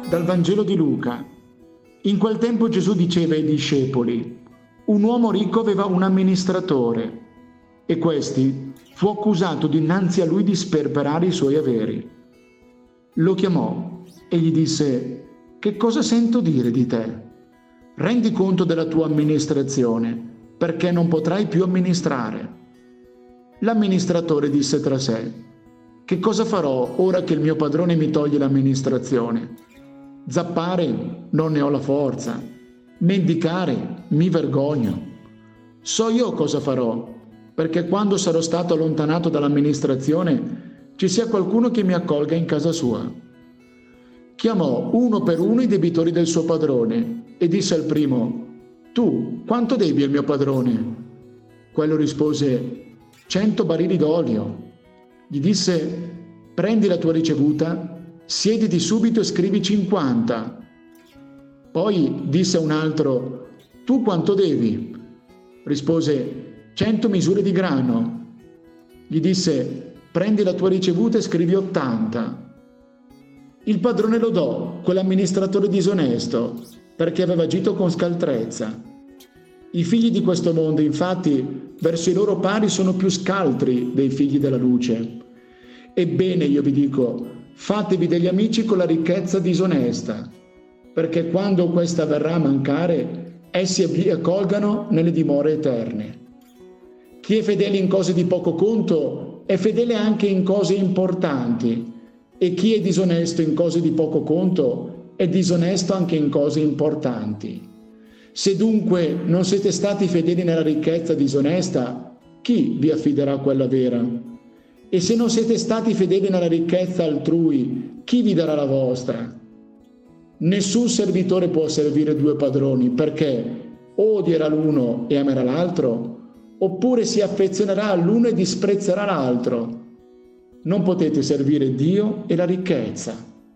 Dal Vangelo di Luca. In quel tempo Gesù diceva ai discepoli: un uomo ricco aveva un amministratore e questi fu accusato dinanzi a lui di sperperare i suoi averi. Lo chiamò e gli disse: che cosa sento dire di te? Rendi conto della tua amministrazione, perché non potrai più amministrare. L'amministratore disse tra sé: che cosa farò ora che il mio padrone mi toglie l'amministrazione? Zappare non ne ho la forza, mendicare mi vergogno. So io cosa farò, perché quando sarò stato allontanato dall'amministrazione ci sia qualcuno che mi accolga in casa sua. Chiamò uno per uno i debitori del suo padrone e disse al primo: tu quanto devi al mio padrone? Quello rispose: 100 barili d'olio. Gli disse: prendi la tua ricevuta, siediti subito e scrivi 50. Poi disse a un altro: tu quanto devi? Rispose: 100 misure di grano. Gli disse: prendi la tua ricevuta e scrivi 80. Il padrone lodò quell'amministratore disonesto perché aveva agito con scaltrezza. I figli di questo mondo, infatti, verso i loro pari sono più scaltri dei figli della luce. Ebbene, io vi dico, fatevi degli amici con la ricchezza disonesta, perché quando questa verrà a mancare, essi vi accolgano nelle dimore eterne. Chi è fedele in cose di poco conto è fedele anche in cose importanti, e chi è disonesto in cose di poco conto è disonesto anche in cose importanti. Se dunque non siete stati fedeli nella ricchezza disonesta, chi vi affiderà quella vera? E se non siete stati fedeli nella ricchezza altrui, chi vi darà la vostra? Nessun servitore può servire due padroni, perché o odierà l'uno e amerà l'altro, oppure si affezionerà all'uno e disprezzerà l'altro. Non potete servire Dio e la ricchezza.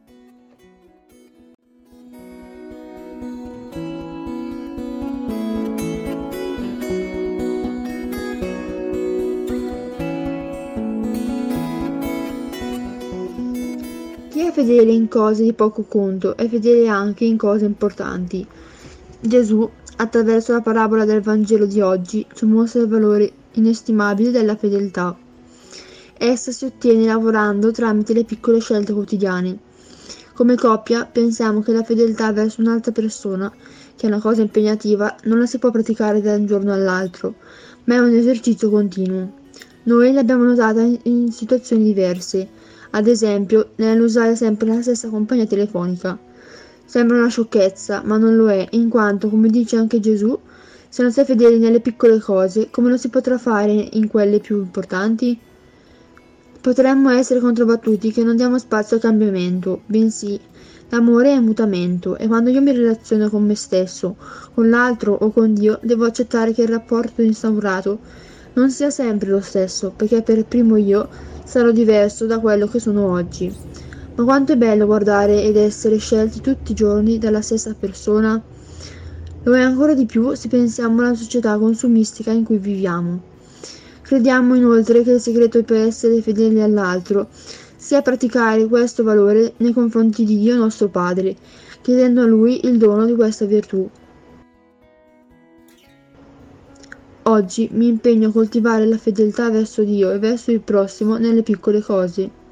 Chi è fedele in cose di poco conto è fedele anche in cose importanti. Gesù, attraverso la parabola del Vangelo di oggi, ci mostra il valore inestimabile della fedeltà. Essa si ottiene lavorando tramite le piccole scelte quotidiane. Come coppia, pensiamo che la fedeltà verso un'altra persona, che è una cosa impegnativa, non la si può praticare da un giorno all'altro, ma è un esercizio continuo. Noi l'abbiamo notata in situazioni diverse, ad esempio nell'usare sempre la stessa compagnia telefonica. Sembra una sciocchezza, ma non lo è, in quanto, come dice anche Gesù, se non si è fedeli nelle piccole cose, come lo si potrà fare in quelle più importanti? Potremmo essere controbattuti che non diamo spazio al cambiamento, bensì l'amore è mutamento, e quando io mi relaziono con me stesso, con l'altro o con Dio, devo accettare che il rapporto instaurato non sia sempre lo stesso, perché per primo io sarò diverso da quello che sono oggi. Ma quanto è bello guardare ed essere scelti tutti i giorni dalla stessa persona? Lo è ancora di più se pensiamo alla società consumistica in cui viviamo. Crediamo inoltre che il segreto per essere fedeli all'altro sia praticare questo valore nei confronti di Dio nostro Padre, chiedendo a Lui il dono di questa virtù. Oggi mi impegno a coltivare la fedeltà verso Dio e verso il prossimo nelle piccole cose.